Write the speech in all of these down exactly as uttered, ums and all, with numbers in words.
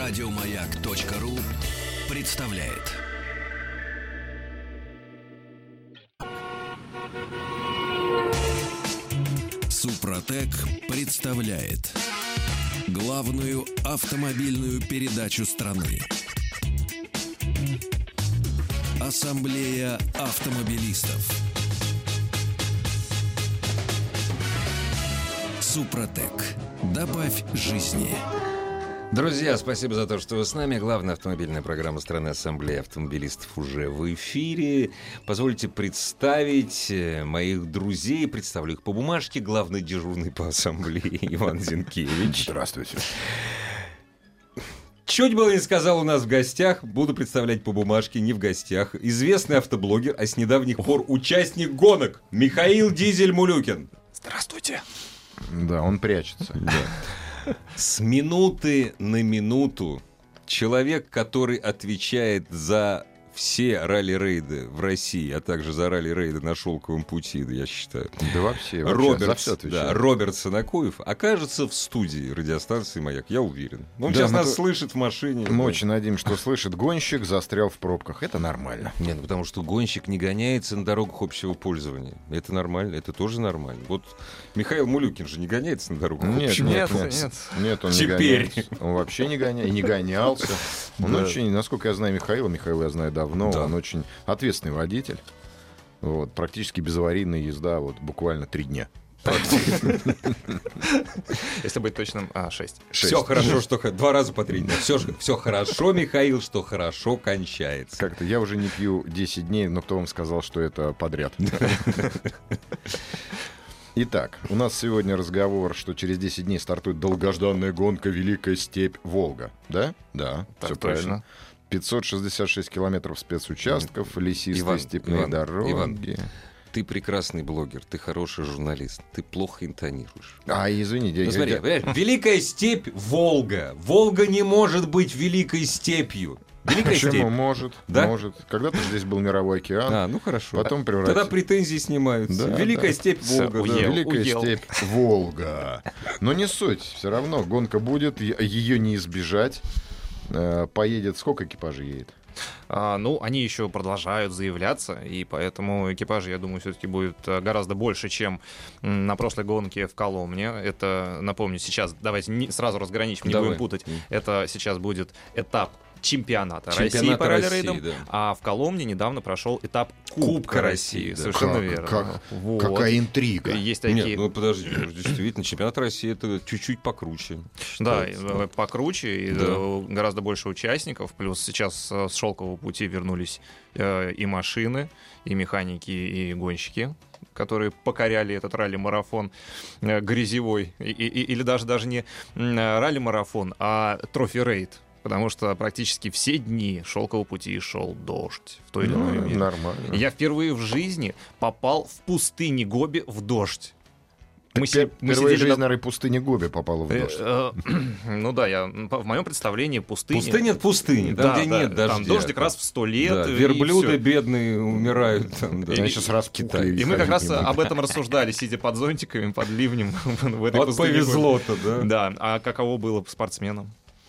Радиомаяк.ру представляет. Супротек представляет главную автомобильную передачу страны. Ассамблея автомобилистов. Супротек. Добавь жизни. Друзья, спасибо за то, что вы с нами. Главная автомобильная программа страны Ассамблея автомобилистов уже в эфире. Позвольте представить моих друзей. Представлю их по бумажке. Главный дежурный по Ассамблее Иван Зинкевич. Здравствуйте. Чуть было не сказал у нас в гостях, буду представлять по бумажке, не в гостях. Известный автоблогер, а с недавних пор участник гонок Михаил Дизель-Мулюкин. Здравствуйте. Да, он прячется. Да. С минуты на минуту человек, который отвечает за все ралли-рейды в России, а также за ралли-рейды на Шелковом пути, я считаю. Да вообще, Роберт, за все отвечает. Да, Роберт Санакуев окажется в студии радиостанции «Маяк», я уверен. Он да, сейчас нас то... слышит в машине. Мы да. очень надеемся, что слышит гонщик, застрял в пробках. Это нормально. Нет, ну потому что гонщик не гоняется на дорогах общего пользования. Это нормально, это тоже нормально. Вот Михаил Мулюкин же не гоняется на дорогах нет, общего нет, пользования. Нет, нет, он Теперь. не гоняется. Он вообще не гоняется, и не гонялся. Он да. очень, насколько я знаю Михаила, Михаила я знаю давно, да. он очень ответственный водитель. Вот, практически безаварийная езда, вот буквально три дня. Если быть точным, а, шесть. Все хорошо, что два раза по три дня. Все, все хорошо, Михаил, что хорошо кончается. Как-то я уже не пью десять дней, но кто вам сказал, что это подряд? Итак, у нас сегодня разговор, что через десять дней стартует долгожданная гонка «Великая степь Волга». Да? Да, все правильно. пятьсот шестьдесят шесть километров спецучастков, лесистые Иван, степные Иван, дороги. Иван, ты прекрасный блогер, ты хороший журналист, ты плохо интонируешь. А, извините. Ну, смотри, я... Великая степь Волга. Волга не может быть великой степью. Великая Почему? Степь. Может, да? может. Когда-то здесь был мировой океан. А, ну хорошо. Потом превратился... Тогда претензии снимаются. Да, Великая да. степь Волга. Уел, да. Великая уел. степь Волга. Но не суть. Все равно гонка будет, ее не избежать. Поедет... Сколько экипажей едет? А, ну, они еще продолжают заявляться, и поэтому экипажей, я думаю, все-таки будет гораздо больше, чем на прошлой гонке в Коломне. Это, напомню, сейчас, давайте не, сразу разграничим, не Давай. будем путать. Это сейчас будет этап чемпионата Чемпионат России по ралли-рейдам, да. а в Коломне недавно прошел этап Кубка, Кубка России. Да. Совершенно как, верно. Как, вот. Какая интрига. Есть такие... Нет, ну подожди, действительно, чемпионат России это чуть-чуть покруче. Да, да, покруче, и да. гораздо больше участников. Плюс сейчас с Шелкового пути вернулись э, и машины, и механики, и гонщики, которые покоряли этот ралли-марафон э, грязевой. И, и, или даже, даже не э, ралли-марафон, а трофи-рейд. Потому что практически все дни Шелкового пути шел дождь в той или иной мере. Нормально. Я впервые в жизни попал в пустыне Гоби в дождь. Мы си- Впервые в жизни, наверное, пустыня Гоби попала в дождь. Ну да, я в моем представлении пустыня... Пустыня — это пустыня, там, да, где да, нет дождя. Там дождик раз в сто лет. Да, верблюды бедные умирают. Там, да. Они сейчас распухли. И мы как раз об этом рассуждали, сидя под зонтиками, под ливнем в этой вот пустыне. Повезло-то, да? Да, а каково было спортсменам?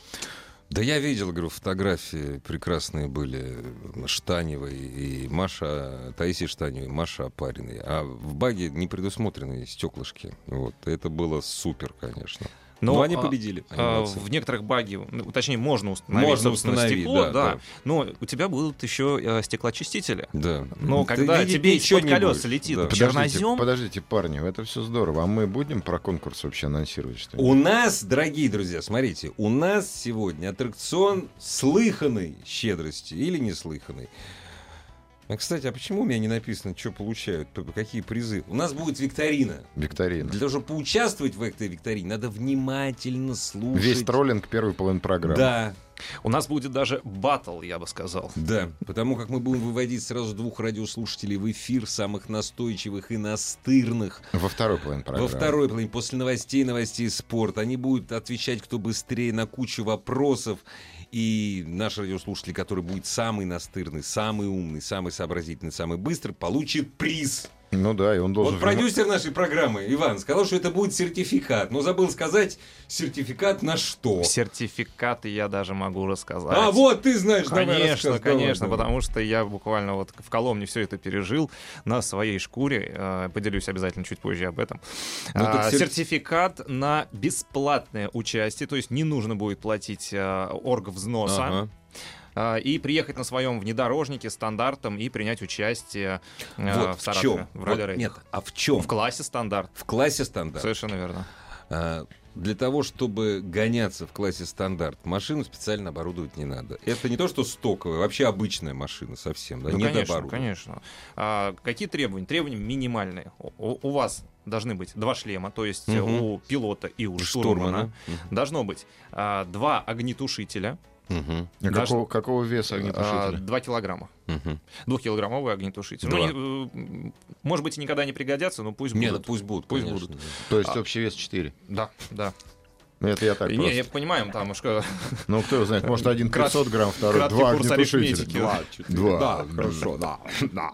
Да я видел, говорю, фотографии прекрасные были Штаневой и Маша, Таисии Штаневой, Маша Опариной. А в баге не предусмотрены стеклышки. Вот. Это было супер, конечно. Но, но они победили. Они а, в некоторых баги, ну, точнее, можно установить, можно установить стекло, да, да, да. Но у тебя будут еще э, стеклоочистители. Да. Но Ты когда тебе из-под колес летит да. чернозем... Подождите, подождите, парни, это все здорово. А мы будем про конкурс вообще анонсировать что-нибудь? У нас, дорогие друзья, смотрите, у нас сегодня аттракцион слыханной щедрости или неслыханной. А, кстати, а почему у меня не написано, что получают, какие призы? У нас будет викторина. Викторина. Для того, чтобы поучаствовать в этой викторине, надо внимательно слушать. Весь троллинг первой половины программы. Да. У нас будет даже баттл, я бы сказал. Да, потому как мы будем выводить сразу двух радиослушателей в эфир, самых настойчивых и настырных. Во второй половине программы. Во второй половине, после новостей, новостей спорта. Они будут отвечать, кто быстрее, на кучу вопросов. И наш радиослушатель, который будет самый настырный, самый умный, самый сообразительный, самый быстрый, получит приз. Ну да, и он должен... Вот продюсер нашей программы, Иван, сказал, что это будет сертификат. Но забыл сказать, сертификат на что? Сертификаты я даже могу рассказать. А, вот ты знаешь, давай Конечно, рассказ, конечно, давай, давай. потому что я буквально вот в Коломне все это пережил на своей шкуре. Э, Поделюсь обязательно чуть позже об этом. Ну, так А, сер- Сертификат на бесплатное участие, то есть не нужно будет платить э, оргвзноса. Ага. А, И приехать на своем внедорожнике стандартом и принять участие э, Вот в в Саратове, чем? в ралли Вот, нет, а в чем? В классе стандарт. В классе стандарт. Совершенно верно. А, Для того, чтобы гоняться в классе стандарт, машину специально оборудовать не надо. Это не то, что стоковая, вообще обычная машина совсем, да, Ну, не конечно, дооборудована. конечно. А, какие требования? Требования минимальные. У, у вас должны быть два шлема, то есть Мгм. у пилота и у Штурмана. штурмана. Должно быть а, два огнетушителя, Мгм. А Даже- какого, какого веса а, огнетушителя? два килограмма. Мгм. Двухкилограммовый огнетушитель. Два. Ну, не, э, может быть, и никогда не пригодятся, но пусть Нет, будут. пусть будут, Пусть конечно, будут. да. То есть а- общий вес четыре. Да, да. Ну, это я так И просто. не, я понимаю, там уж э, Ну, кто его знает, может, один Крат- пятьсот грамм, второй краткий два курс огнетушителя. арифметики. Два. Два. Да, хорошо, да. да.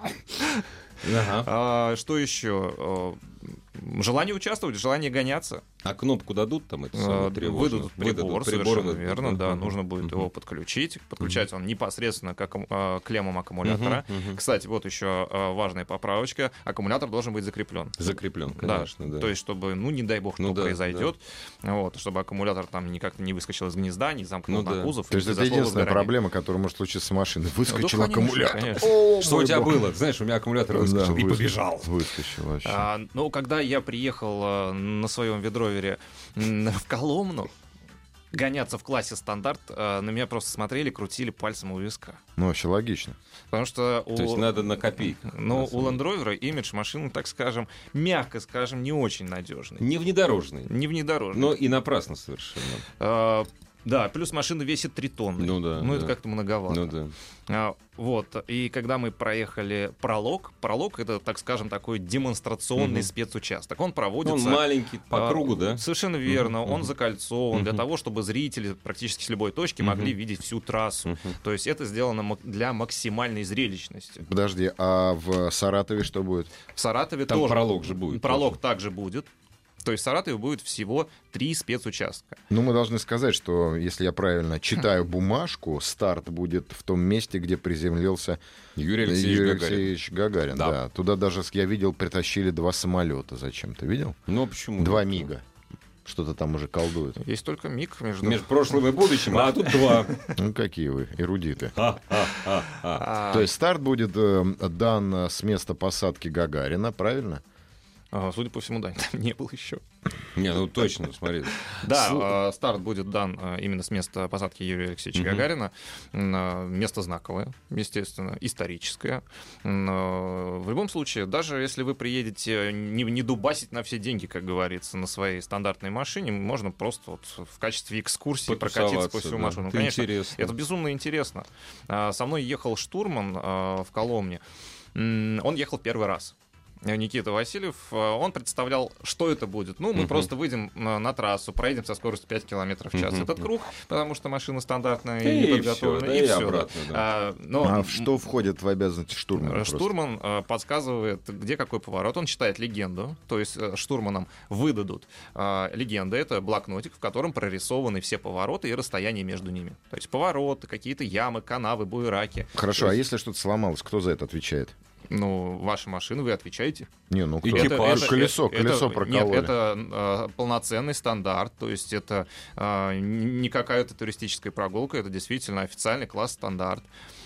Ага. а, что еще? Э, Желание участвовать, желание гоняться. А кнопку дадут там это Э, самое тревожное? Выдадут прибор, Выдадут совершенно выдадут, верно, да, Мгм. нужно будет Мгм. его подключить. Подключается он непосредственно к акку- э, клеммам аккумулятора. Мгм, мгм. Кстати, вот еще э, важная поправочка. Аккумулятор должен быть закреплен. Закреплен, конечно, да. То есть, чтобы, ну, не дай бог, что Ну да, произойдет, вот, чтобы аккумулятор там никак не выскочил из гнезда, не замкнул Ну на да. кузов. То есть не это произошло единственная возгорание. проблема, которая может случиться с машиной. Выскочил Ну, да, конечно, аккумулятор. конечно. О, Что у мой тебя бог. было? Ты знаешь, у меня аккумулятор Да, выскочил и выс- побежал. Выскочил вообще. А, ну, когда я приехал э, на своем ведровере м, в Коломну, гоняться в классе стандарт, э, на меня просто смотрели, крутили пальцем у виска. Ну, вообще логично. Потому что у, То есть надо на копейку. ну, у Land Rover имидж машины, так скажем, мягко скажем, не очень надежный. Не внедорожный. Не внедорожный. Но и напрасно совершенно. А, да, плюс машина весит три тонны. Ну да, Ну, это да. как-то многовато. Ну да. А, вот, и когда мы проехали пролог, пролог — это, так скажем, такой демонстрационный Мгм. спецучасток. Он проводится... Он маленький, по а, кругу, да? Совершенно верно. Мгм, Он мгм. закольцован для Мгм. того, чтобы зрители практически с любой точки Мгм. могли видеть всю трассу. Мгм. То есть это сделано мак- для максимальной зрелищности. Подожди, а в Саратове что будет? В Саратове Там тоже... пролог же будет. Пролог тоже. также будет. То есть в Саратове будет всего три спецучастка. Ну, мы должны сказать, что, если я правильно читаю бумажку, старт будет в том месте, где приземлился Юрий Алексеевич Юрий Гагарин. Алексеевич Гагарин. Да. Да. Туда даже, я видел, притащили два самолета зачем-то. Видел? Ну, почему? Два МИГа. Что-то там уже колдуют. Есть только миг между... Между прошлым и будущим, а тут два. Ну, какие вы, эрудиты. А-а-а-а. А, То есть старт будет э, дан э, с места посадки Гагарина, правильно? а, судя по всему, да, там не было еще. Не, ну точно, смотри. Да, э, старт будет дан э, именно с места посадки Юрия Алексеевича Мгм. Гагарина. М, э, Место знаковое, естественно, историческое. М, э, В любом случае, даже если вы приедете не, не дубасить на все деньги, как говорится, на своей стандартной машине, можно просто вот в качестве экскурсии прокатиться по Потусоваться, всему да. маршруту. Ну, Это конечно, интересно. это безумно интересно. А, Со мной ехал штурман э, в Коломне. М, Он ехал первый раз. Никита Васильев, э, он представлял, что это будет. Ну, мы Мгм. просто выйдем на, на трассу, проедем со скоростью пять километров в час. Мгм. Этот круг, потому что машина стандартная И и не всё, подготовлена. да, и и всё, да. обратно, да. А, но А в что входит в обязанности штурмана? э, просто? штурман э, подсказывает, где какой поворот. Он читает легенду. То есть э, штурманам выдадут э, легенды. Это блокнотик, в котором прорисованы все повороты и расстояния между ними. То есть повороты, какие-то ямы, канавы, буераки. Хорошо, а если что-то сломалось, кто за это отвечает? Ну, ваша машина, вы отвечаете. Не, ну кто? Экипаж. колесо, это- колесо это- прокололи. Нет, это э, полноценный стандарт, то есть это э, не какая-то туристическая прогулка, это действительно официальный класс стандарт.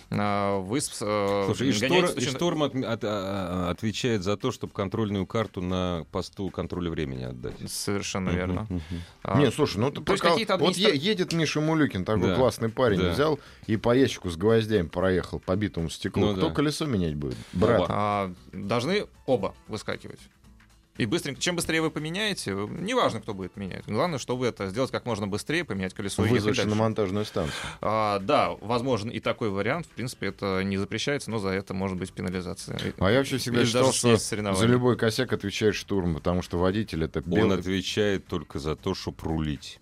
Э, Вы с- э, Слушай, и, гоняете штор- и точно- шторм от- от- а- отвечает за то, чтобы контрольную карту на посту контроля времени отдать. Совершенно Мгм, верно. мгм. А, Не, слушай, ну ты то есть пока- какие-то вот администра- е- едет Миша Мулюкин, такой Да, классный парень, да. взял и по ящику с гвоздями проехал по битому стеклу. Ну Кто да. колесо менять будет? Брат. а, должны оба выскакивать. И быстренько, чем быстрее вы поменяете, неважно, кто будет менять. Главное, чтобы это сделать как можно быстрее, поменять колесо и ехать Вызвать на дальше. монтажную станцию. А, да, возможен и такой вариант. В принципе, это не запрещается, но за это может быть пенализация. А я вообще всегда Или считал, даже что снять соревнования. за любой косяк отвечает штурм, потому что водитель это Он белый. отвечает только за то, чтобы рулить.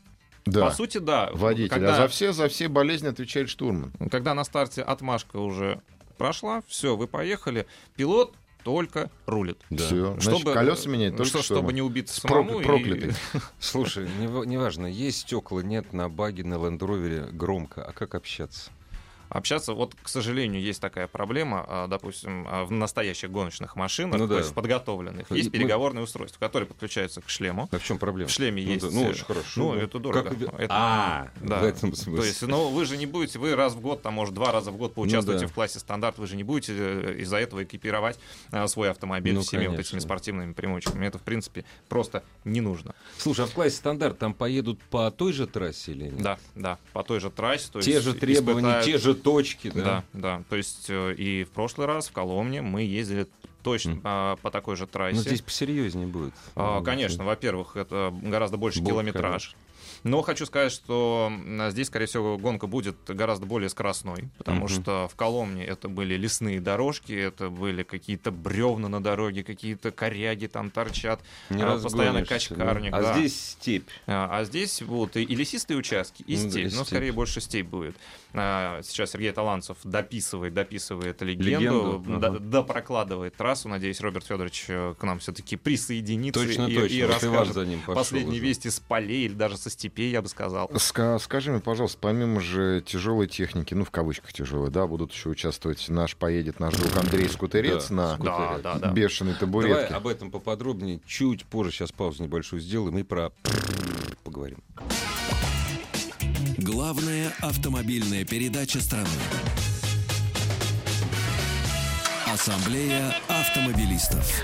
Да, По сути, да. водитель. Когда, А за все, за все болезни отвечает штурман. когда на старте отмашка уже прошла, все, вы поехали, пилот только рулит. Да. Все. Значит, чтобы, колеса менять только что, что. Чтобы не убиться самому. Проклятый. И... Слушай, неважно, есть стекла, нет на баге, на Land Rover громко. А как общаться? Общаться, вот, к сожалению, есть такая проблема, допустим, в настоящих гоночных машинах, ну, то да. есть подготовленных, есть Мы... переговорные устройства, которые подключаются к шлему. А в чем проблема? В шлеме ну, есть... Да, ну, очень хорошо. Ну, да. это дорого. Как... Это... А, да. в этом смысле. То есть, ну, вы же не будете, вы раз в год, там, может, два раза в год поучаствуете ну, да. в классе стандарт, вы же не будете из-за этого экипировать свой автомобиль ну, всеми конечно. вот этими спортивными примочками. Это, в принципе, просто не нужно. Слушай, а в классе стандарт там поедут по той же трассе или нет? Да, да, по той же трассе. То те есть же требования, испытают... те же точки, да? Да. Да, то есть и в прошлый раз в Коломне мы ездили точно mm. а, по такой же трассе. Но здесь посерьезнее будет. А, конечно, во-первых, это гораздо больше Бог, километраж. Конечно. Но хочу сказать, что здесь, скорее всего, гонка будет гораздо более скоростной, потому mm-hmm. что в Коломне это были лесные дорожки, это были какие-то бревна на дороге, какие-то коряги там торчат, не а, постоянно качкарник. Да. А да. здесь степь. А, а здесь будут и, и лесистые участки, и ну, степь, да, но степь. скорее больше степь будет. А, сейчас Сергей Таланцев дописывает, дописывает легенду, легенду? До, uh-huh. допрокладывает трассу. Надеюсь, Роберт Федорович к нам все-таки присоединится точно, и, точно. и Вот расскажет за ним последние уже. вести с полей или даже со степей, я бы сказал. Ска- скажи мне, пожалуйста, помимо же тяжелой техники, ну, в кавычках тяжелой, да, будут еще участвовать наш поедет наш друг Андрей Скутерец да, на да, да, да. бешеной табуретке. Давай об этом поподробнее чуть позже. Сейчас паузу небольшую сделаем и про поговорим. Главная автомобильная передача страны. Ассамблея автомобилистов.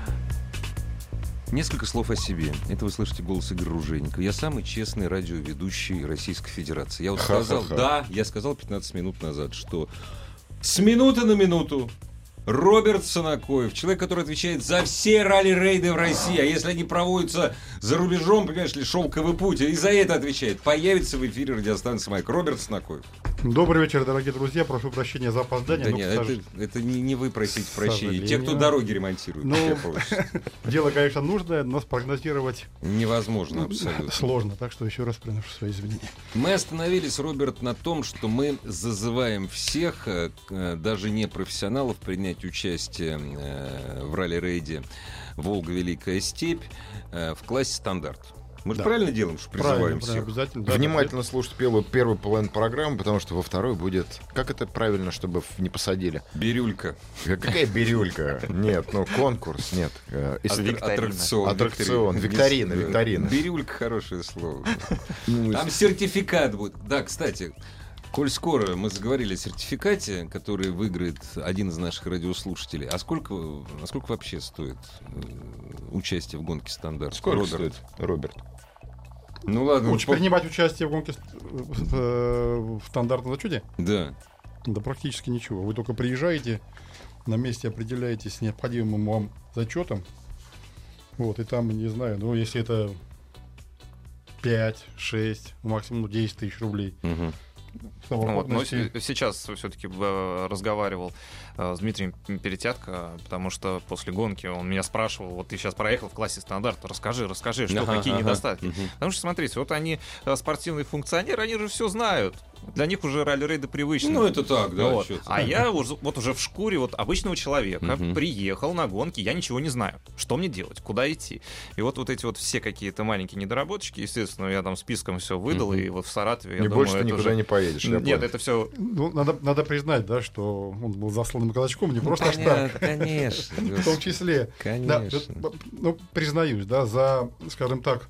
Несколько слов о себе. Это вы слышите голос Игоря Ружейникова. Я самый честный радиоведущий Российской Федерации. Я вот сказал, да, я сказал пятнадцать минут назад, что с минуты на минуту Роберт Санакоев, человек, который отвечает за все ралли-рейды в России, а если они проводятся за рубежом, понимаешь ли, шелковый путь, и за это отвечает, появится в эфире радиостанции «Майк». Роберт Санакоев. Добрый вечер, дорогие друзья. Прошу прощения за опоздание. Да ну, нет, сож... это, это не, не вы просите прощения. Те, кто дороги ремонтируют. Ну, дело, конечно, нужное, но спрогнозировать невозможно абсолютно. Сложно, так что еще раз приношу свои извинения. Мы остановились, Роберт, на том, что мы зазываем всех, даже не профессионалов, принять участие в ралли-рейде «Волга-Великая степь» в классе «Стандарт». Мы да. же правильно делаем, что призываем всех? Обязательно. Внимательно да, слушать первую, первую половину программы, потому что во второй будет... Как это правильно, чтобы не посадили? Бирюлька. Какая бирюлька? Нет, ну конкурс, нет. Аттракцион. Аттракцион. Викторина, викторина. Бирюлька — хорошее слово. Там сертификат будет. Да, кстати... Коль скоро мы заговорили о сертификате, который выиграет один из наших радиослушателей, а сколько, а сколько вообще стоит участие в гонке «Стандарт»? Сколько Роберт? стоит, Роберт? Ну ладно. Лучше по... принимать участие в гонке в стандартном зачете? Да. Да практически ничего. Вы только приезжаете, на месте определяетесь с необходимым вам зачетом. Вот, и там, не знаю, ну если это пять, шесть, максимум десять тысяч рублей. Угу. Вот, но сейчас все-таки разговаривал э, с Дмитрием Перетятко, потому что после гонки он меня спрашивал: вот ты сейчас проехал в классе стандарт, расскажи, расскажи, что, ага, какие ага. недостатки. Угу. Потому что, смотрите, вот они, спортивные функционеры, они же все знают. Для них уже ралли-рейды привычны. Ну, это так, да. Вот. А я уже, вот уже в шкуре вот обычного человека uh-huh. приехал на гонки, я ничего не знаю. Что мне делать? Куда идти? И вот, вот эти вот все какие-то маленькие недоработочки, естественно, я там списком все выдал, uh-huh. и вот в Саратове, я не думаю, больше ты никуда уже... не поедешь. Нет, понял. Это все... Ну, надо, надо признать, да, что он был засланным казачком, не ну, просто понятно, так. Конечно. В том числе. Конечно. Да, ну, признаюсь, да, за, скажем так,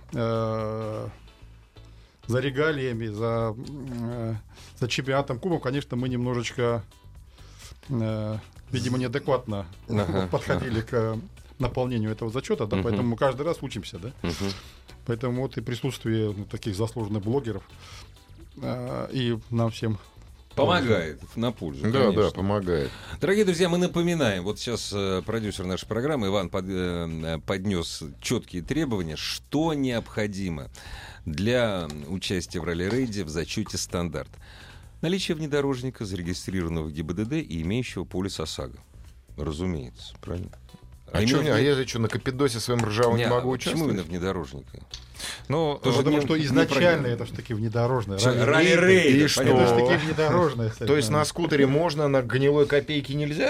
э- за регалиями, за, э, за чемпионатом кубок, конечно, мы немножечко, э, видимо, неадекватно ага, подходили ага. к наполнению этого зачета, да, uh-huh. поэтому мы каждый раз учимся, да. Uh-huh. Поэтому вот и присутствие ну, таких заслуженных блогеров э, и нам всем помогает на пользу. Да, конечно. Да, помогает. Дорогие друзья, мы напоминаем, вот сейчас э, продюсер нашей программы Иван под, э, поднес четкие требования, что необходимо для участия в ралли-рейде в зачете «Стандарт». Наличие внедорожника, зарегистрированного в ГИБДД и имеющего полис ОСАГО. Разумеется, правильно? А, а, что, в... а я что, на Капидосе своем ржавом не, не могу а участвовать? Почему именно внедорожника? Ну, потому что изначально это же-таки внедорожное. Ралли-рейд. И что? Это же-таки внедорожное. То есть на скутере можно, на гнилой копейке нельзя?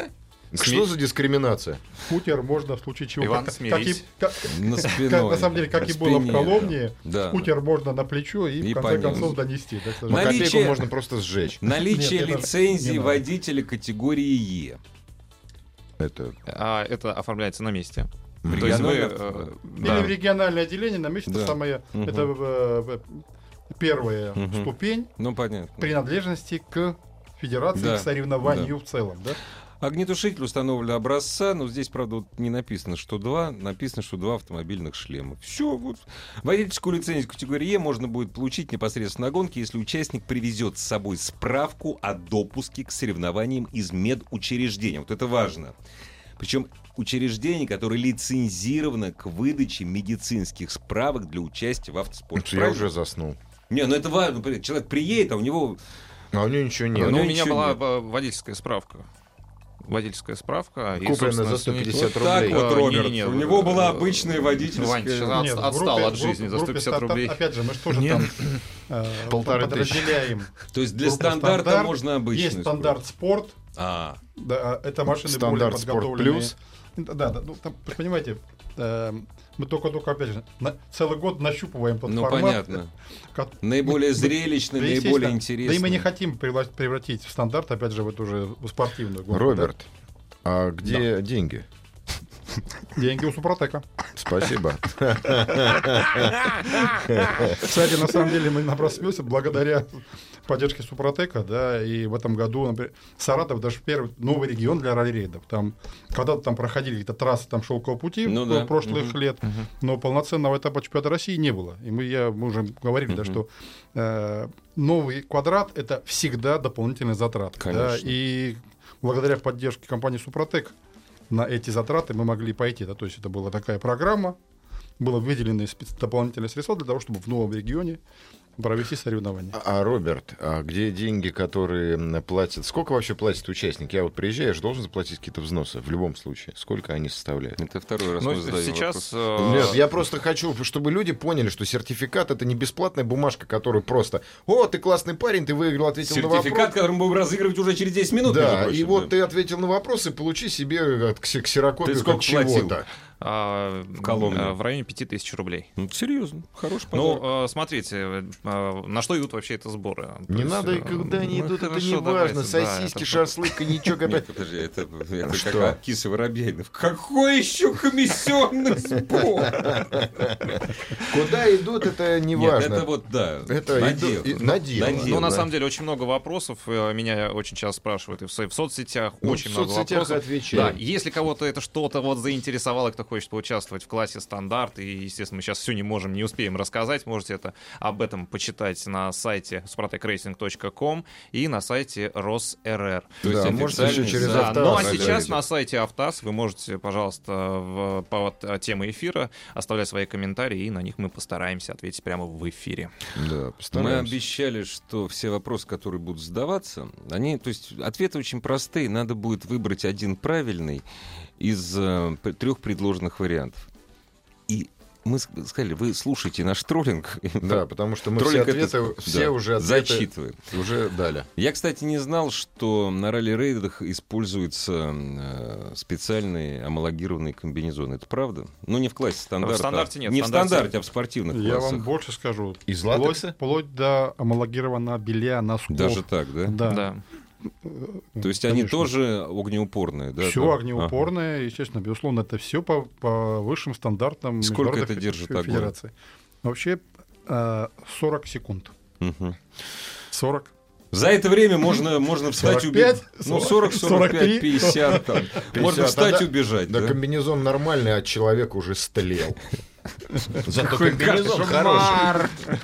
Что за дискриминация? Скутер можно в случае чего... Иван, как, смирись. как, На как, спиной. на самом деле, как На и было в спине, Коломне, да. скутер можно на плечо и, И в конце понес. концов, донести. Так сказать. По Наличие- копейку можно просто сжечь. Наличие Нет, это лицензии не надо. водителя категории Е. Это А это оформляется на месте. В То есть вы... региональном- э, Или да. в региональное отделение на месте Да. это самое... Мгм. Это э, э, первая Мгм. ступень Ну, понятно. принадлежности к федерации, Да. к соревнованию в целом. Да? Огнетушитель установлен образца, но здесь, правда, вот не написано, что два, написано, что два автомобильных шлема. Все, вот. Водительскую лицензию категории Е можно будет получить непосредственно на гонке, если участник привезет с собой справку о допуске к соревнованиям из медучреждения. Вот это важно. Причем учреждение, которое лицензировано к выдаче медицинских справок для участия в автоспорте. я Правильно? уже заснул. Не, ну это важно. Человек приедет, а у него... А у него ничего Ну, нет. у у него меня ничего была нет. э, водительская справка. Водительская справка. и, Куплена собственно, за с ней- сто пятьдесят Вот так рублей. вот, Э, Роберт. не-не-не, У него была э, обычная водительская... Вань, сейчас от- Нет, в отстал группе- от в жизни за группе сто пятьдесят ста- рублей. Опять же, мы же тоже Нет. там э, Полторы подразделяем. То есть для группу стандарта стандарт. можно обычную Есть стандарт спорт. А, Да, это машины Стандарт более Спорт подготовленные. Плюс. Да, да, ну, там, вы понимаете, э, мы только-только, опять же, на- целый год нащупываем тот ну формат. понятно. как- Наиболее мы- зрелищный, да, наиболее естественно. интересный. Да и мы не хотим превра- превратить в стандарт, опять же, в эту же спортивную гонку. Роберт, а где деньги? да. Деньги у Супротека. Спасибо. Кстати, на самом деле мы набрали смелости благодаря поддержке Супротека, да, и в этом году, например, Саратов даже первый новый регион для ралли-рейдов. Там когда-то там проходили какие-то трассы там шелкового пути Ну в да. прошлых Мгм. лет, но полноценного этапа чемпионата России не было. И мы, я, мы уже говорили, да, Мгм. что э, новый квадрат это всегда дополнительные затраты. Да, Конечно. и благодаря поддержке компании Супротек на эти затраты мы могли пойти. Да, то есть это была такая программа, было выделены спец- дополнительные средства для того, чтобы в новом регионе провести соревнования. А, Роберт, а где деньги, которые м, платят? Сколько вообще платят участник? Я вот приезжаю, я же должен заплатить какие-то взносы в любом случае. Сколько они составляют? Это второй раз Ну, мы задаем сейчас... вопрос. э, Нет, я просто хочу, чтобы люди поняли, что сертификат — это не бесплатная бумажка, которую просто «О, ты классный парень, ты выиграл, ответил на вопрос». Сертификат, который мы будем разыгрывать уже через десять минут. между Да, прочим, и вот да. ты ответил на вопрос и получи себе э, кси- ксерокопию Ты сколько как чего-то. платил? а, В Коломне. э, в районе пяти тысяч рублей. Ну, серьезно, хороший подарок. Ну, э, смотрите, э, на что идут вообще это сборы? То Не есть, надо, и э, когда они ну, идут, это хорошо, не важно. давайте, да, Сосиски, это- шашлык, коньячок Нет, опять. подожди, это, это Что? как Киса Воробьянинов. Какой еще комиссионный сбор? Куда идут, это не Нет, важно. это вот, да, Это на иду- дело. и- на дело. На Ну, дело, на да. самом деле, очень много вопросов. э, Меня очень часто спрашивают и в, со- в соцсетях. Ну, очень в много соцсетях вопросов. отвечай. Да, если кого-то это что-то вот заинтересовало, кто хочет поучаствовать в классе стандарт, и, естественно, мы сейчас все не можем, не успеем рассказать, можете это об этом почитать на сайте супротек рейсинг точка ком и на сайте РосРР. То есть Да, можете официальный еще через сайт. Да, Автаз ну а ради сейчас ради. на сайте Автаз вы можете, пожалуйста, в, по вот, э, теме эфира оставлять свои комментарии, и на них мы постараемся ответить прямо в эфире. Да, Мы постараемся. обещали, что все вопросы, которые будут задаваться, они, то есть ответы очень простые. Надо будет выбрать один правильный из э, п- трех предложенных вариантов. И мы с- сказали, вы слушайте наш троллинг. Да, потому что мы все Троллинг ответы, этот, все да, уже ответы зачитываем. уже дали. Я, кстати, не знал, что на ралли-рейдах используются э, специальные амалогированные комбинезоны. Это правда? Ну, не в классе стандарта. В стандарте нет, Не в в стандарте- стандарте, а в спортивных Я классах. вам больше скажу. Из Вплоть, латекса? вплоть до амалогированного белья, носков. Даже так, да? Да. Да. То есть они Конечно. тоже огнеупорные, да? Все там? огнеупорное, естественно, безусловно, это все по, по высшим стандартам Сколько Международной это фе- держит фе- огонь? Федерации. Вообще э, сорок секунд. Ага. Мгм. сорок. За это время можно, можно встать и сорок пять, убежать. Ну, сорок, сорок пять, пятьдесят. Там. Можно пятьдесят, встать а и да- убежать. Да, Да? комбинезон нормальный, а человек уже стлел. Зато Какой комбинезон кошмар. хороший.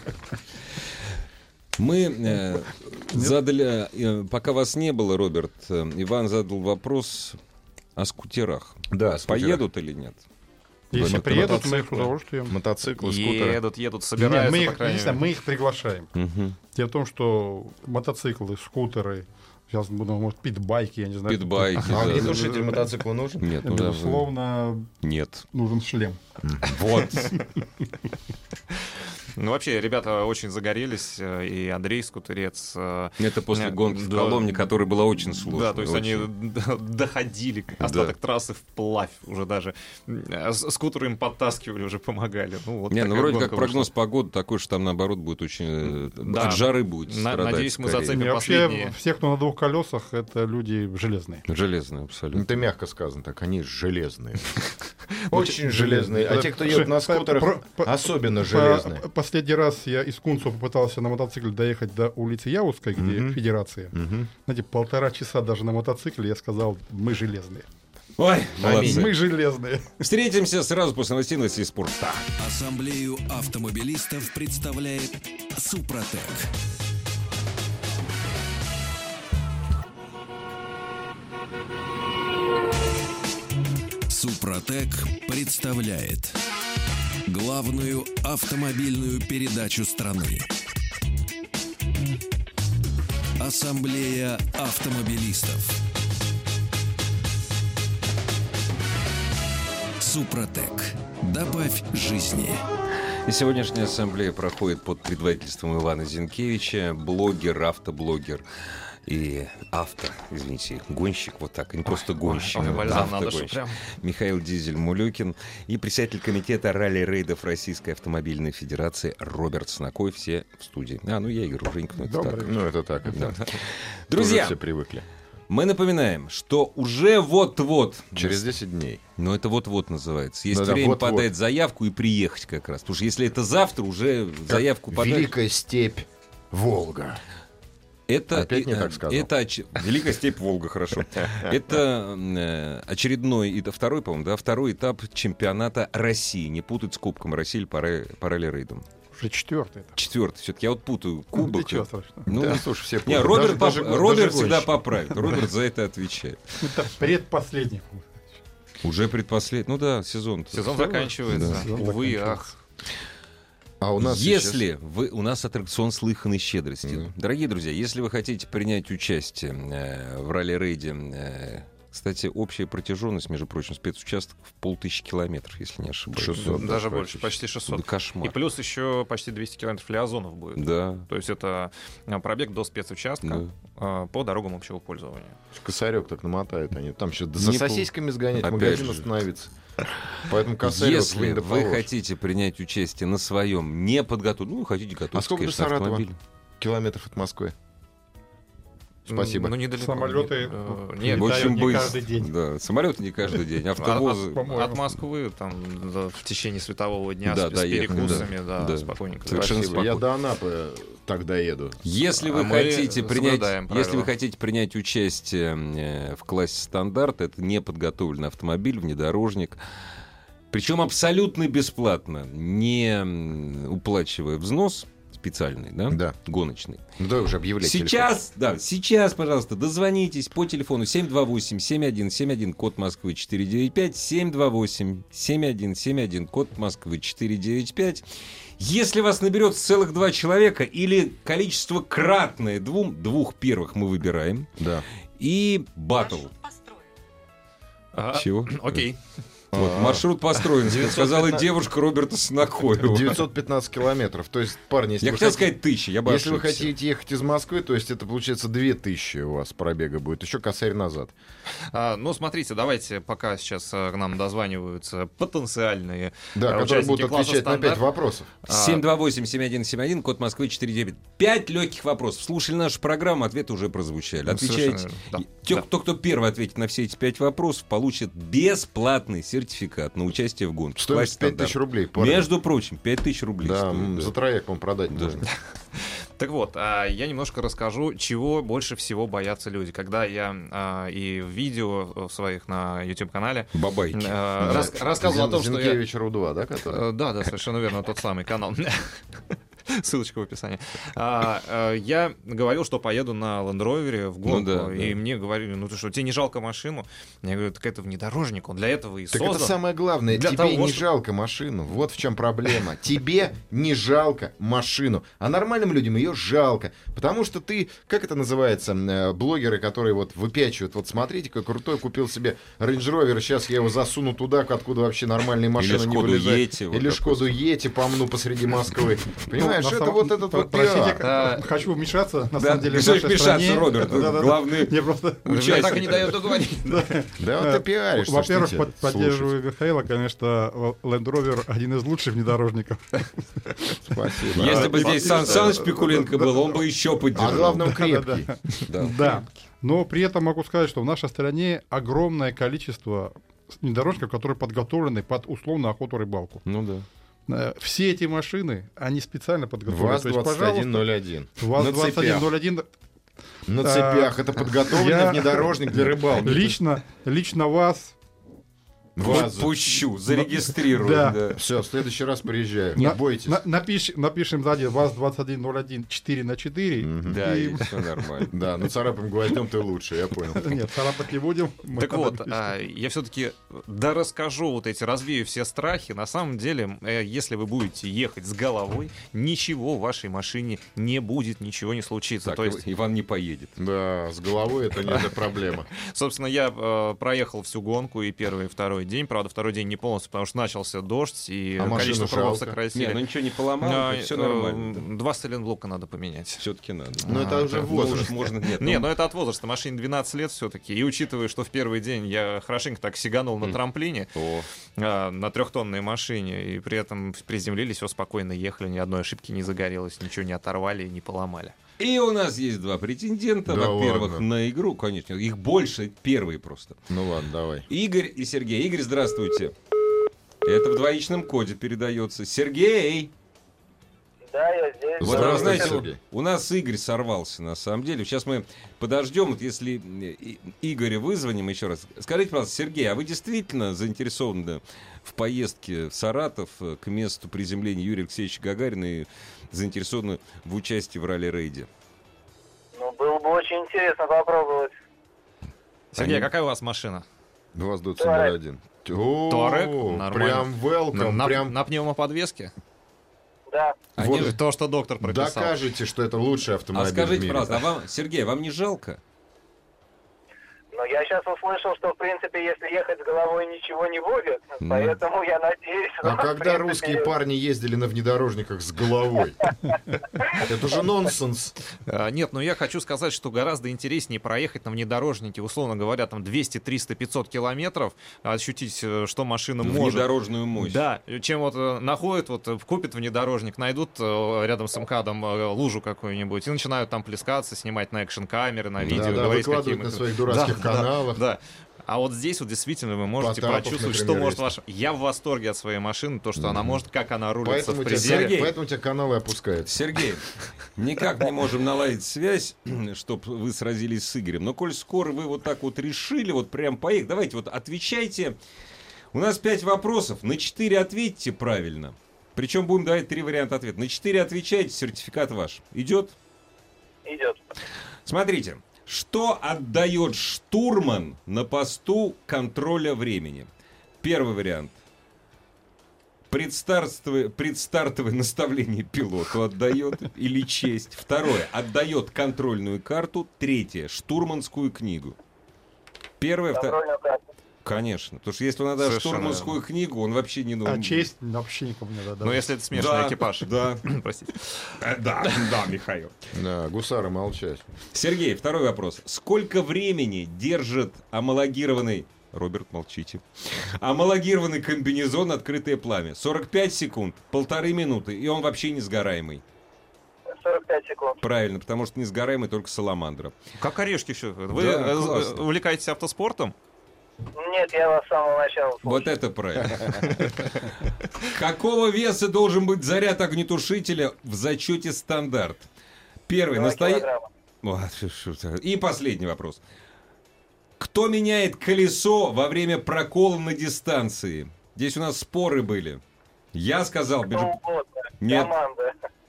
Мы э, задали, э, пока вас не было, Роберт, э, Иван задал вопрос о скутерах. Да, Поедут или нет? Если Мото- приедут, мы их с мотоциклы. удовольствием. Мотоциклы, скутеры. Едут, едут, Нет, собираются, мы, по их, крайней единственное, мере. мы их приглашаем. Мгм. Дело в том, что мотоциклы, скутеры, сейчас буду, может, питбайки, я не знаю. Питбайки, А да. огнетушитель мотоцикла нужен? Нет, ну да, Безусловно, нет. нужен шлем. Вот. Ну, вообще, ребята очень загорелись, и Андрей Скутерец. Это после гонки да, в Коломне, которая была очень сложной. Да, то есть очень. они доходили, остаток да. трассы вплавь уже даже. Скутер им подтаскивали, уже помогали. Ну, вот Не, ну вроде как прогноз вышла. погоды такой, что там наоборот будет очень... Да. От жары будет На, страдать. надеюсь, мы скорее. зацепим Не, вообще, последние. все, кто на двух колесах, это люди железные. Железные, абсолютно. Это мягко сказано так, они железные. Ну, Очень железные. А те, кто едет на скутерах, особенно железные. По- Последний раз я из Кунцева попытался на мотоцикле доехать до улицы Яузской, где Мгм. Федерация. Мгм. Знаете, полтора часа даже на мотоцикле я сказал, мы железные. Ой, молодцы. Мы железные. Встретимся сразу после новостей новостей спорта. Ассамблею автомобилистов представляет Супротек. Супротек представляет главную автомобильную передачу страны. Ассамблея автомобилистов. Супротек. Добавь жизни. И сегодняшняя ассамблея проходит под предводительством Ивана Зинкевича, блогер, автоблогер и авто, извините, гонщик, вот так, не просто гонщик, ой, а бальзам надо, автогонщик. чтоб прям. Михаил Дизель-Мулюкин и председатель комитета ралли-рейдов Российской автомобильной федерации Роберт Снакой, все в студии. А, ну я Игорь Уженьков, ну это Добрый так. Ну, это так. Это Да. тоже Друзья, все привыкли. мы напоминаем, что уже вот-вот, Через десять дней. ну это вот-вот называется, есть Да-да, время вот-вот. подать заявку и приехать как раз. Потому что если это завтра, уже заявку подать... Великая степь Волга. Это, Опять не э, так сказал. Это оч- Великая степь Волга, хорошо. Это э, очередной, это второй, по-моему, да, второй этап чемпионата России. Не путать с Кубком России или по ра- по ралли-рейдам. Уже четвертый. это. Четвертый. Все-таки я вот путаю кубок. Ничего страшного. Ну, Да, слушай, все не, путают. Роберт, Даже- поп- даже- Роберт даже всегда гонщики. поправит. Роберт за это отвечает. Это предпоследний. Уже предпоследний. Ну да, сезон. Сезон заканчивается. Сезон Увы и заканчивается. ах. А у нас Если вы, у нас аттракцион слыханной щедрости. Мгм. Дорогие друзья, если вы хотите принять участие э, в ралли-рейде, э, кстати, общая протяженность, между прочим, спецучастков полтысячи километров, если не ошибаюсь. шестьсот. Даже да, больше, почти Да шестьсот. кошмар. И плюс еще почти двести километров лиазонов будет. Да. То есть это а, пробег до спецучастка а, по дорогам общего пользования. Косарек так намотают они. Там еще Не за пол- сосисками сгонять, Опять магазин же. остановится. Поэтому косарь вот Если вы не вы доположь. хотите принять участие на своем неподготовленном, ну, хотите готовиться, А сколько до конечно, Саратова? автомобилем. Километров от Москвы. Спасибо. Ну, недалеко. Самолеты, Не- э, ну, Нет, В летают общем, не быстро. каждый день. Да, самолеты не каждый день, от, автовозы. от- по-моему. от Москвы там да, в течение светового дня Да, с, с доехать, перекусами, да, да, да. спокойненько. Совершенно Спасибо. Я спокойно. до Анапы так доеду. Если вы А мы хотите принять, соблюдаем правила. если вы хотите принять участие э, в классе стандарт, это неподготовленный автомобиль, внедорожник, причем абсолютно бесплатно, не м, уплачивая взнос специальный, да, Да. гоночный. Ну давай уже объявлять. Сейчас, да, сейчас, пожалуйста, дозвонитесь по телефону семь два восемь семь один семь один, код Москвы четыре девять пять, семь два восемь семь один семь один, код Москвы четыре девять пять. Если вас наберется целых два человека или количество кратное двум, двух первых мы выбираем, Да. и батл. Ага. Чего? Окей. Вот, маршрут построен, девятьсот сказала пятнадцать девушка Роберта Снакоева. девятьсот пятнадцать километров. То есть, парни, если Я вы хотел хотите- сказать тысячи, я бы Если вы ошибся. хотите ехать из Москвы, то есть это получается две тысячи у вас пробега будет. Еще косарь назад. А, ну, смотрите, давайте, пока сейчас а, к нам дозваниваются потенциальные Да, а, которые участники будут класса отвечать на стандарт. пять вопросов. семь два восемь семь один семь один, код Москвы четыре девять. Пять легких вопросов. Слушали нашу программу, ответы уже прозвучали. Ну, Отвечайте. совершенно верно. Да. И те, Да. кто, кто первый ответит на все эти пять вопросов, получит бесплатный сертификат на участие в гонке. Стоимость Класс пять стандарт. тысяч рублей. парни. Между прочим, пять тысяч рублей. Да, стоит, м, да. за троек вам продать Да. можно. Так вот, а, я немножко расскажу, чего больше всего боятся люди. Когда я а, и в видео своих на YouTube-канале Бабайки. а, рас- рассказывал о том, что я... Зинкевич Ру два, да, который? Э, Да, да, совершенно верно, тот самый канал. Ссылочка в описании. А, а, я говорил, что поеду на Land Rover в гонку, Ну да, и да. мне говорили, ну ты что, тебе не жалко машину? Я говорю, так это внедорожник, он для этого и Так создан. это самое главное. Для Тебе того, не что- жалко машину. Вот в чем проблема. Тебе не жалко машину. А нормальным людям ее жалко. Потому что ты, как это называется, э, блогеры, которые вот выпячивают, вот смотрите, как крутой, купил себе Range Rover, сейчас я его засуну туда, откуда вообще нормальные машины Или не Шкоду вылезают. Йети, вот, Или Шкоду Йети помну посреди Москвы. Понимаешь, Ну, на это самом- вот этот про- вот Простите, пиар. к- хочу вмешаться, на Да, самом деле, ты в хочешь нашей вмешаться, стране. Роберт, Да-да-да. главный Не, просто... участник. так и не дает договорить. Да вот ты пиаришься. Во-первых, что тебе под- поддерживаю слушать. Михаила, конечно, Land Rover один из лучших внедорожников. Спасибо. Если А, бы здесь Сан Саныч Пикуленко был, он бы еще А поддержал. главное, он крепкий. Да. Да. Но при этом могу сказать, что в нашей стране огромное количество внедорожников, которые подготовлены под условно охоту рыбалку. Ну да. Э, Все эти машины, они специально подготовлены. ВАЗ То есть, двадцать один пожалуйста, ноль один. ВАЗ На двадцать один цепях. ноль один. На А, цепях. Это подготовленный я- внедорожник для рыбалки. Лично, лично вас ВАЗ. Пущу, зарегистрирую. Да. Да. Все, в следующий раз приезжаю. Не на- бойтесь. на- напиш- напишем сзади ВАЗ двадцать один ноль один четыре на четыре. Мгм. Да, И- и все нормально. Да, ну царапаем гвоздем ты лучше, я понял. Нет, царапать не будем. Мы Так вот, напишем. а, я все-таки да расскажу вот эти, развею все страхи. На самом деле, э, если вы будете ехать с головой, ничего в вашей машине не будет, ничего не случится. Так, То есть, Иван не поедет. Да, с головой это не эта проблема. собственно, я э, проехал всю гонку и первый, и второй день. Правда, второй день не полностью, потому что начался дождь, и А количество машину кругов жалко? сократили. Не, ну ничего не поломал, все э, нормально. э, Два стеленблока надо поменять. Все-таки надо. Ну это А, уже так, возраст. Можно, нет. Не, ну, ну это от возраста. Машине двенадцать лет все-таки. И учитывая, что в первый день я хорошенько так сиганул на Мгм. трамплине, о, а, на трехтонной машине, и при этом приземлились, все спокойно ехали, ни одной ошибки не загорелось, ничего не оторвали и не поломали. И у нас есть два претендента. Да Во-первых, ладно. на игру, конечно. Их больше, первые просто. Ну ладно, давай. Игорь и Сергей. Игорь, здравствуйте. Это в двоичном коде передается. Сергей! Да, я здесь. Вот, вы Здравствуйте, знаете, Сергей. у нас Игорь сорвался, на самом деле. Сейчас мы подождем, вот если И- Игоря вызвоним еще раз. Скажите, пожалуйста, Сергей, а вы действительно заинтересованы в поездке в Саратов э, к месту приземления Юрия Алексеевича Гагарина и заинтересованы в участии в ралли-рейде? Ну, было бы очень интересно попробовать. Сергей, Они- какая у вас машина? двадцать двадцать ноль один. О, Туарек? Нормально. прям welcome, на, прям на пневмоподвеске? Да. Они- Вот. То, что доктор прописал. докажете, что это лучший А автомобиль в скажите, мире. пожалуйста, а вам, Сергей, вам не жалко? Но я сейчас услышал, что, в принципе, если ехать с головой, ничего не будет. Ну. Поэтому я надеюсь... А что, в когда принципе, русские парни ездили на внедорожниках с головой? Это же нонсенс. А, Нет, но я хочу сказать, что гораздо интереснее проехать на внедорожнике, условно говоря, там двести, триста, пятьсот километров, ощутить, э, что машина может. Внедорожную мощь. Да, чем вот э, находят, вот э, купят внедорожник, найдут э, рядом с МКАДом э, лужу какую-нибудь и начинают там плескаться, снимать на экшн-камеры, на видео, Да-да, говорить, выкладывать какие на мы- своих дурацких Да, да, каналах. Да. А вот здесь вот действительно вы можете Потапов, прочувствовать, например, что может есть. ваша... Я в восторге от своей машины, то, что она может, как она рулится Поэтому в у, тебя, пределе. Сергей. поэтому у тебя каналы опускаются. Сергей, никак не можем наладить связь, чтобы вы сразились с Игорем. Но коль скоро вы вот так вот решили, вот прям поехать, давайте вот отвечайте. У нас пять вопросов, на четыре ответьте правильно. Причем будем давать три варианта ответа. На четыре отвечайте, сертификат ваш. Идет? Идет. Смотрите, что отдает штурман на посту контроля времени? Первый вариант. Предстартовое, предстартовое наставление пилоту отдает или честь. Второе. Отдает контрольную карту. Третье. Штурманскую книгу. Первое. второе. Контрольную карту. Конечно. Потому что если он отдаст Совершенно штурманскую книгу, он вообще не нужен. А честь вообще никому не надо. Ну, если это смешанный Да, экипаж. да. Простите. Э, Да, да, Михаил. Да, гусары молчать. Сергей, второй вопрос. Сколько времени держит амалогированный... Роберт, молчите. Амалогированный комбинезон «Открытое пламя»? сорок пять секунд, полторы минуты, и он вообще не сгораемый. сорок пять секунд. Правильно, потому что не сгораемый только саламандра. Как орешки все. Вы Да, э, классно. увлекаетесь автоспортом? Нет, я вас с самого начала слушаю. Вот это правильно. Какого веса должен быть заряд огнетушителя в зачете стандарт? Первый. Два настоя- килограмма. Вот, шу- шу- И последний вопрос. Кто меняет колесо во время прокола на дистанции? Здесь у нас споры были. Я сказал... Кто между- угодно. Нет. Команда.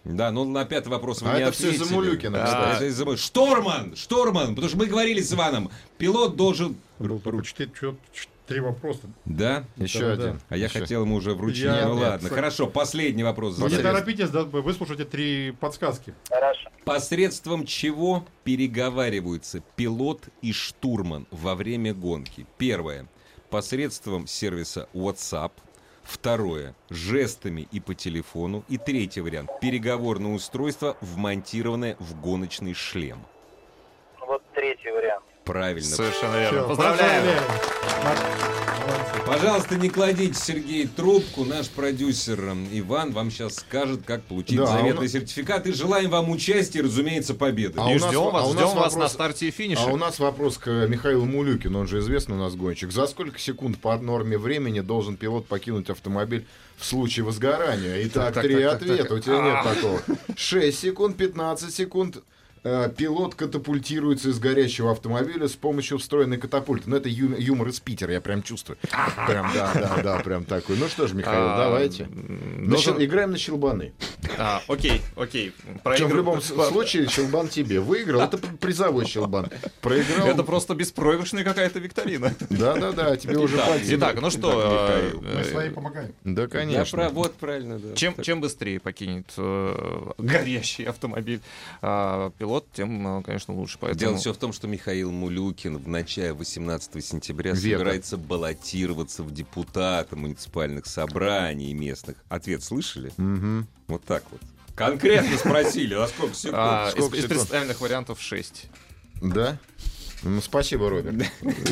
Да, ну на пятый вопрос вы А не это все ответили. из-за Мулюкина, Да, кстати. это из-за Му- Шторман! Шторман! Потому что мы говорили с Иваном, пилот должен... Был только четыре, чё- ч- три вопроса. Да? Еще Да, один. да. А я Еще. хотел ему уже вручить. Я- ну Нет, ладно, нет. хорошо. Последний вопрос. Вы не задаю. торопитесь, да, вы выслушайте три подсказки. Хорошо. Посредством чего переговариваются пилот и штурман во время гонки? Первое. Посредством сервиса WhatsApp. Второе. Жестами и по телефону. И третий вариант. Переговорное устройство, вмонтированное в гоночный шлем. Вот третий вариант. Правильно. Совершенно верно. Всё, Поздравляем! Молодцы. Пожалуйста, не кладите, Сергей, трубку. Наш продюсер м, Иван вам сейчас скажет, как получить Да, заветный у нас- сертификат. И желаем вам участия и, разумеется, победы. А И у нас- ждем а вас, у ждем нас вас на вопрос- старте и финише. А у нас вопрос к Михаилу Мулюкину, он же известный у нас гонщик. За сколько секунд по норме времени должен пилот покинуть автомобиль в случае возгорания? Итак, Так, три так, так, ответа, так. у тебя нет А. такого. шесть секунд, пятнадцать секунд. Э, Пилот катапультируется из горящего автомобиля с помощью встроенной катапульты. Ну, это ю- юмор из Питера, я прям чувствую. Прям, да, да, да, прям такой. Ну что ж, Михаил, А, давайте. м, Ну, начал- играем на щелбаны. А, окей, окей. Причем в Проигры- любом с- случае щелбан тебе. Выиграл, это призовой щелбан. Проиграл. Это просто беспроигрышная какая-то викторина. Да-да-да, тебе уже Итак, пальцы. Итак, ну что, Михаил. э, Мы своим помогаем. Да, Я конечно. прав, вот правильно, да. чем, чем быстрее покинет э, горящий автомобиль э, пилот, тем, э, конечно, лучше. Поэтому... Дело все в том, что Михаил Мулюкин в начале восемнадцатого сентября Вето. собирается баллотироваться в депутаты муниципальных собраний местных. Ответ слышали? Мгм. Вот так вот. Конкретно спросили, а сколько секунд? А, из, Сколько из секунд? представленных вариантов шесть. Да? Ну, спасибо, Роберт.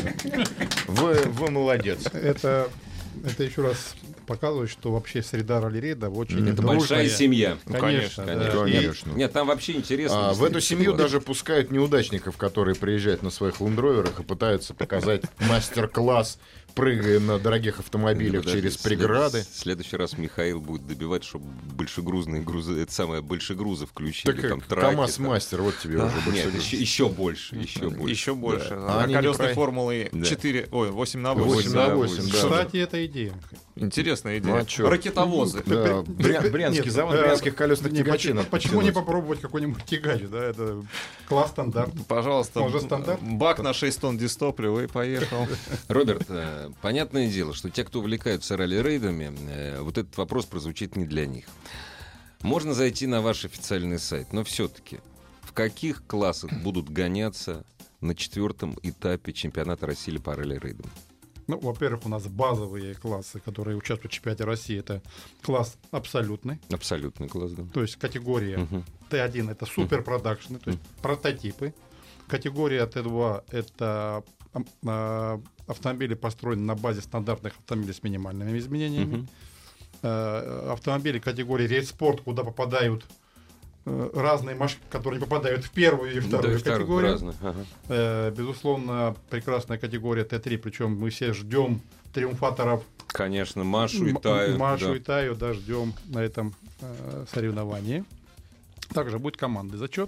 Вы, вы молодец. Это, это еще раз показывает, что вообще среда ралли-рейда очень Это дружная. большая семья. Ну, Конечно, конечно, да. Конечно. И- Нет, там вообще интересно. А, в эту действительно, семью было. даже пускают неудачников, которые приезжают на своих лендроверах и пытаются показать мастер-класс, прыгая на дорогих автомобилях Подожди, через в след- преграды. В следующий раз Михаил будет добивать, чтобы большегрузные грузы, это самое, большегрузы включили. Так там, как траки, КамАЗ-мастер, вот тебе уже Нет, большой еще, еще больше, еще больше. Еще больше. А А они не колесной про- формулы Да. четыре, ой, восемь на восемь восемь. на да. восемь, да. Кстати, это идея. Интересная Ну, идея. а чё? Ракетовозы. Да, Бря- Брянский Нет, завод э, брянских колесных не, тягачей почему, надо почему не подтянуть. попробовать какой-нибудь тягач, да? Это класс стандарт. Пожалуйста, Может, стандарт? бак на шесть тонн дистоплива и поехал. Роберт, э, понятное дело, что те, кто увлекаются ралли-рейдами, э, вот этот вопрос прозвучит не для них. Можно зайти на ваш официальный сайт, но все-таки в каких классах будут гоняться на четвертом этапе чемпионата России по ралли-рейдам? Ну, во-первых, у нас базовые классы, которые участвуют в чемпионате России. Это класс абсолютный, Абсолютный класс, да. то есть категория Мгм. Т один это супер продакшны, то есть прототипы. Категория Т два это ам, а, автомобили, построены на базе стандартных автомобилей с минимальными изменениями. Мгм. Э, Автомобили категории рейд-спорт, куда попадают э, разные машины, которые не попадают в первую и вторую Да, и вторую, категорию. разные, ага. Э, Безусловно, прекрасная категория Т три, причем мы все ждем триумфаторов Конечно, Машу и М- Таю. Машу да. и Таю, да, ждем на этом э, соревновании. Также будет командный зачет.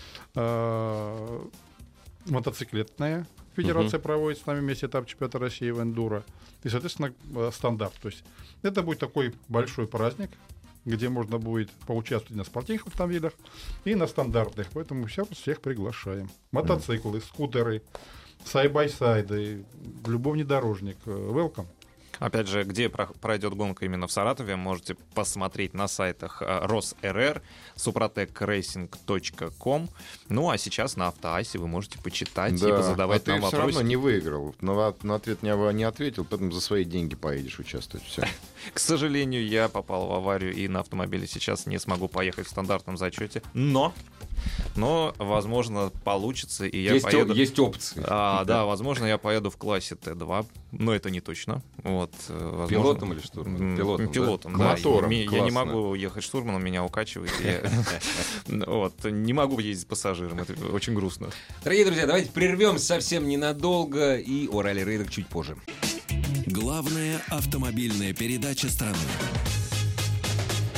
Э, мотоциклетная федерация проводит с нами вместе этап чемпионата России в эндуро. И, соответственно, э, стандарт. То есть это будет такой большой праздник, где можно будет поучаствовать на спортивных автомобилях и на стандартных. Поэтому всех, всех приглашаем. Мотоциклы, скутеры, сайд-бай-сайды, любой внедорожник. э, Welcome. Опять же, где про- пройдет гонка именно в Саратове, можете посмотреть на сайтах э, РосРР, супротек рейсинг точка ком. Ну, а сейчас на Автоасе вы можете почитать и позадавать а ты нам все вопросы. равно не выиграл. На, на ответ не, не ответил, поэтому за свои деньги поедешь участвовать. Все. К сожалению, я попал в аварию и на автомобиле сейчас не смогу поехать в стандартном зачете. Но, но, возможно, получится, и я есть, о- поеду... есть опции. А, да, возможно, я поеду в классе Т два, но это не точно. Вот, э, возможно- Пилотом или штурманом? М, Пилотом, да? Пилотом, К да. моторам, Я, я не классно. могу ехать штурманом, меня укачивает. Я- Вот, не могу ездить пассажиром, это очень грустно. Дорогие друзья, давайте прервемся совсем ненадолго и о ралли-рейдах чуть позже. Главная автомобильная передача страны.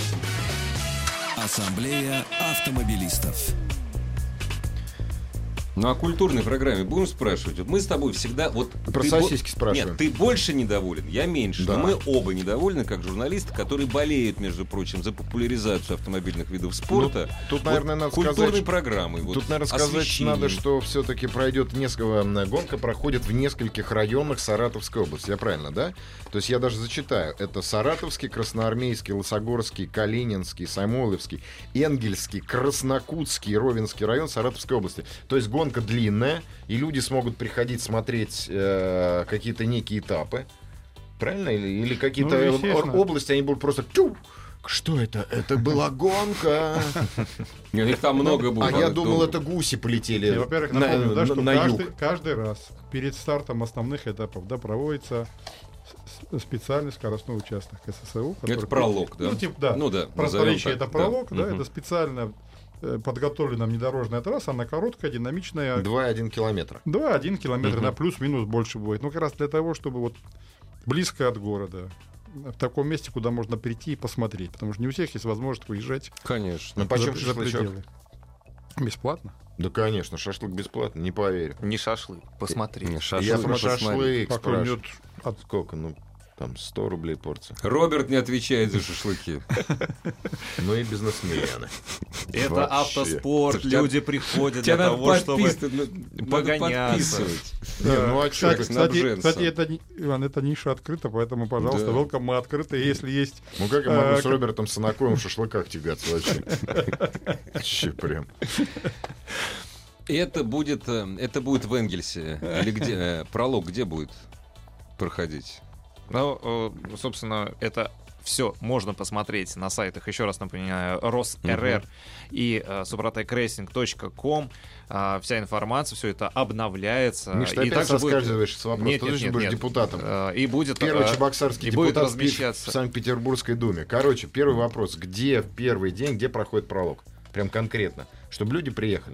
Ассамблея автомобилистов. Ну, о культурной программе будем спрашивать? Вот мы с тобой всегда... Вот Про ты сосиски бо... спрашиваем. Нет, ты больше недоволен, я меньше. Да. Но мы оба недовольны, как журналисты, которые болеют, между прочим, за популяризацию автомобильных видов спорта. Ну, тут, вот наверное, надо культурной сказать... программой. Вот Тут, наверное, сказать освещением. надо, что все-таки пройдет несколько... Гонка проходит в нескольких районах Саратовской области. Я правильно, да? То есть я даже зачитаю. Это Саратовский, Красноармейский, Лосогорский, Калининский, Самойловский, Энгельский, Краснокутский, Ровенский район Саратовской области. То есть гонка длинная, и люди смогут приходить смотреть э, какие-то некие этапы. Правильно? Или, или какие-то Ну, э, естественно. области, они будут просто... Тю! Что это? Это была гонка. У них там много будет. А я думал, это гуси полетели И, во-первых, на, напомню, да, на- что на каждый, юг. каждый раз перед стартом основных этапов, да, проводится с- с- специальный скоростной участок ССУ. Это который- пролог, да? Ну, типа, да. Ну да. Просторечие — назовем это так, пролог, да, Мгм. это специально э, подготовленная внедорожная трасса, она короткая, динамичная. два и один километра. два один километр Мгм. на плюс-минус больше будет. Ну, как раз для того, чтобы вот близко от города, в таком месте, куда можно прийти и посмотреть. Потому что не у всех есть возможность выезжать Конечно. Ну, почем за, за шашлычок? пределы. Бесплатно. Да, конечно, шашлык бесплатно, не поверю. Не шашлык, посмотри. Не, шашлык, Я про посмотри. шашлык Пока спрашиваю. идет от Сколько? Ну, там сто рублей порция. Роберт не отвечает за шашлыки. Ну и бизнесмены. Это Вообще. автоспорт, Тебя- люди приходят Тебя для надо того, чтобы подписывать. надо погоняться. подписывать. Не, ну а чё кстати, ты, кстати, снабженцам? кстати, это, не- Иван, это ниша открыта, поэтому, пожалуйста, Да. welcome, мы открыты. Если есть... Ну как я могу А, с как- Робертом Санаковым в шашлыках тягаться вообще? Че прям. И это будет, э, это будет в Энгельсе. Или где? э, Пролог где будет проходить? Ну, э, собственно, это все можно посмотреть на сайтах, еще раз напоминаю, РосРР и э, супротек рейсинг точка ком. Э, вся информация, все это обновляется. Миш, ты и опять также будет- соскальзываешь с вопроса. Нет, Ты нет, точно нет, будешь нет. депутатом. Э, и будет, Первый э, чебоксарский и будет депутат спит размещаться. в Санкт-Петербургской думе. Короче, первый вопрос. Где в первый день, где проходит пролог? Прям конкретно. Чтобы люди приехали.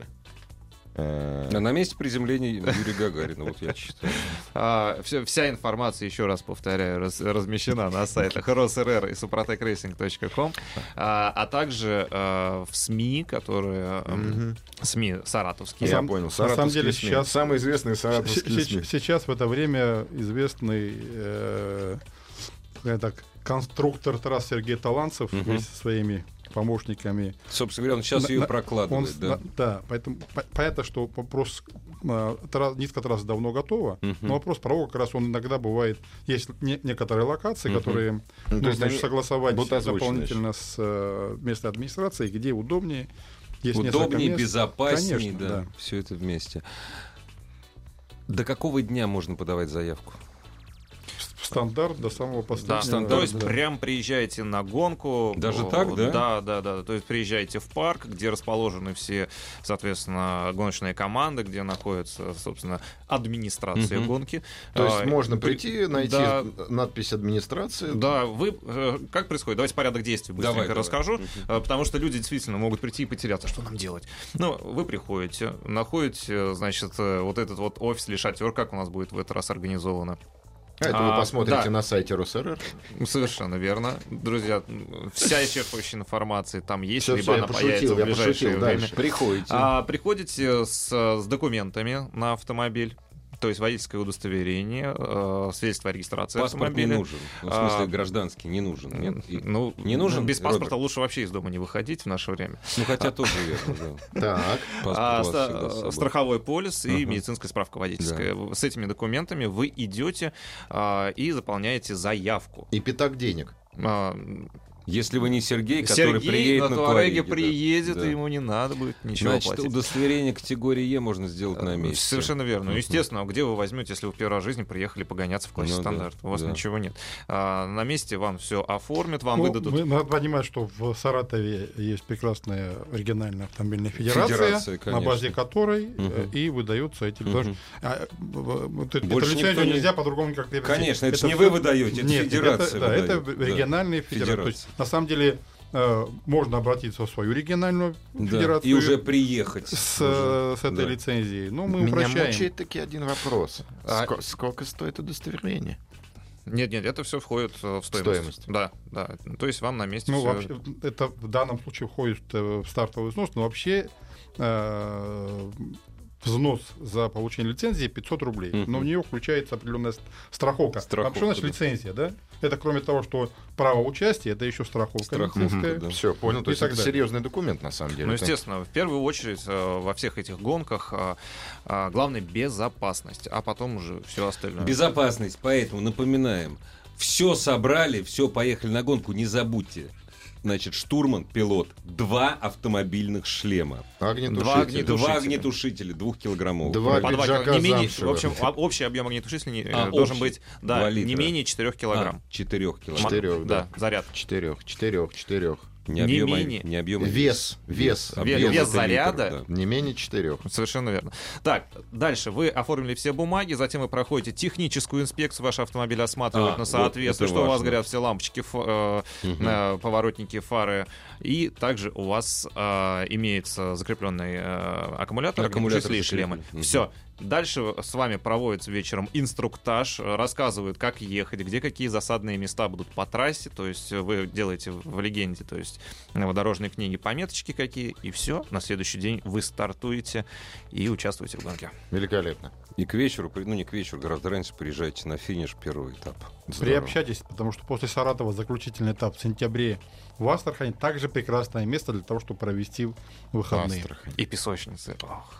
Э, А на месте приземления Юрия Гагарина, вот я читаю. А, все- вся информация, еще раз повторяю, раз- размещена на сайтах РосРР и супротек рейсинг точка ком, а, а также а, в СМИ, которые м, Мгм. СМИ саратовские. Я сам- понял. на самом Саратовские деле СМИ. сейчас- Самые известные саратовские С- СМИ. с- Сейчас в это время известный э, скажем так, конструктор трасс Сергей Таланцев Мгм. вместе со своими помощниками. Собственно говоря, он сейчас На- ее на- прокладывает, Он, да? на- да, поэтому по- понятно, что вопрос э, тра- низкая трасса давно готова, Мгм. но вопрос пролога как раз он иногда бывает. Есть не- некоторые локации, Мгм. которые Ну, то есть нужно они согласовать будут озвучены дополнительно с э, местной администрацией, где удобнее. Есть несколько Удобнее, мест. безопаснее, Конечно, да, да. все это вместе. До какого дня можно подавать заявку? Стандарт до самого Да, последнего. стандарт, то есть да. прям приезжаете на гонку. Даже О, так, да? Да, да, да. То есть приезжаете в парк, где расположены все, соответственно, гоночные команды, где находится, собственно, администрация Мгм. гонки. То есть А, можно при- прийти, найти да. надпись администрации. Да, вы э, как происходит? Давайте порядок действий быстренько Давай, давай. расскажу, Мгм. э, потому что люди действительно могут прийти и потеряться. Что нам делать? Ну, вы приходите, находите, значит, э, вот этот вот офис или шатер, как у нас будет в этот раз организовано. А это А, вы посмотрите да. на сайте РосРР. Совершенно верно. Друзья, м, вся исчерпывающая информация там есть, Всё, либо всё, я она пошутил, появится в я ближайшее пошутил. время. Дальше. Приходите. А, приходите с, с документами на автомобиль, то есть водительское удостоверение, э, свидетельство о регистрации Паспорт не автомобиля. нужен. Ну, в смысле, А, гражданский не нужен. Нет? И- Ну, Не нужен, без паспорта Роберт? лучше вообще из дома не выходить в наше время. Ну, хотя тоже верно, да. Так. Паспорт А, у вас ста- всегда с собой. страховой полис и Ага. медицинская справка водительская. С этими документами вы идете а, и заполняете заявку. И пятак денег. А, Если вы не Сергей, который Сергей приедет на на Туареге Туареге, да. приедет, Да. и ему не надо будет ничего Значит, платить. удостоверение категории Е можно сделать на месте. Совершенно верно. Ну, Мгм. естественно, где вы возьмете, если вы первый раз в жизни приехали погоняться в классе Ну да, стандарт? У вас да. ничего нет. А, на месте вам все оформят, вам Ну, выдадут. вы- надо понимать, что в Саратове есть прекрасная региональная автомобильная федерация, Федерация, на конечно. базе которой э, Мгм. и выдаются эти... Мгм. потому что, а, в- в- вот это- Больше эту лицензию никто не- нельзя по-другому как приобрести. Конечно, это, же не всё- вы выдаете, это Нет, федерация это, да, это выдает. Да. региональные федерации. То есть, Федерация. на самом деле э, можно обратиться в свою региональную Да. федерацию И уже приехать. с, уже. э, с этой Да. лицензией. Ну, мы Меня упрощаем. мучает таки один вопрос. А- Ско- Сколько стоит удостоверение? Нет, нет, это все входит э, в стоимость. Стоимость. Да, да. То есть вам на месте Ну, всё- вообще, это в данном случае входит э, в стартовый взнос, но вообще э, взнос за получение лицензии пятьсот рублей. Мгм. Но в нее включается определенная ст- страховка. Страховка, А что значит да. лицензия, да? Это кроме того, что право участия, это еще страховка, Страховка, медицинская. да. Все, понял. То И есть так это далее. серьезный документ, на самом деле. Ну, Это- естественно, в первую очередь э, во всех этих гонках э, э, главное безопасность, а потом уже все остальное. Безопасность, поэтому напоминаем. Все собрали, все, поехали на гонку, не забудьте. Значит, штурман, пилот, два автомобильных шлема. Огнетушители. Два огнетушителя. Два огнетушителя двухкилограммовых. Два По два пиджака кило- не менее, в замшевых. общем, а- общий объем огнетушителя не- А, э, должен общий. быть да, Два не литра. менее четырех килограмм. Четырех килограмм. Четырех, Да, да. заряд. Четырех, четырех, четырех. Не Не объем, а- менее. не объем, а Вес, вес. Объем Вес это литр, заряда. да. Не менее четырех. Совершенно верно. Так, дальше. Вы оформили все бумаги, затем вы проходите техническую инспекцию, ваш автомобиль осматривают А, на вот соответствие, это что у вас важно. горят все лампочки, ф- э, Мгм. э, поворотники, фары. И также у вас э, имеется закрепленный э, аккумулятор, Аккумулятор и закреплен. шлемы. Мгм. Все. Дальше с вами проводится вечером инструктаж, э, рассказывают, как ехать, где какие засадные места будут по трассе. То есть вы делаете в легенде, то есть в дорожной книге пометочки какие, и все. На следующий день вы стартуете и участвуете в гонке. Великолепно. И к вечеру, при- ну не к вечеру, гораздо раньше приезжайте на финиш первого этапа. Приобщайтесь, потому что после Саратова заключительный этап в сентябре в Астрахани также прекрасное место для того, чтобы провести выходные. Астрахань. И песочницы. Ох.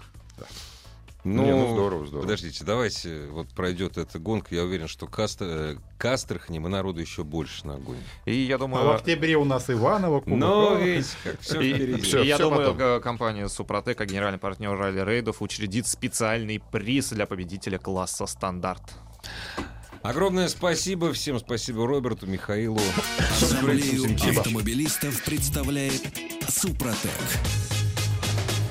Ну, Не, ну здорово, здорово. Подождите, давайте, вот пройдет эта гонка, я уверен, что к, Астр... э, к Астрахани мы народу еще больше нагоним. И я А в думаю... октябре у нас Иваново, Кубок. Но Ох, ведь как все И, впереди. Всё, и я всё думаю, потом. э, компания Супротек, как генеральный партнер ралли-рейдов, учредит специальный приз для победителя класса стандарт. Огромное спасибо всем, спасибо Роберту, Михаилу. Ассамблею автомобилистов представляет Супротек.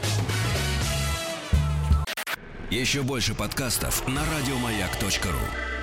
Еще больше подкастов на радиомаяк точка ру.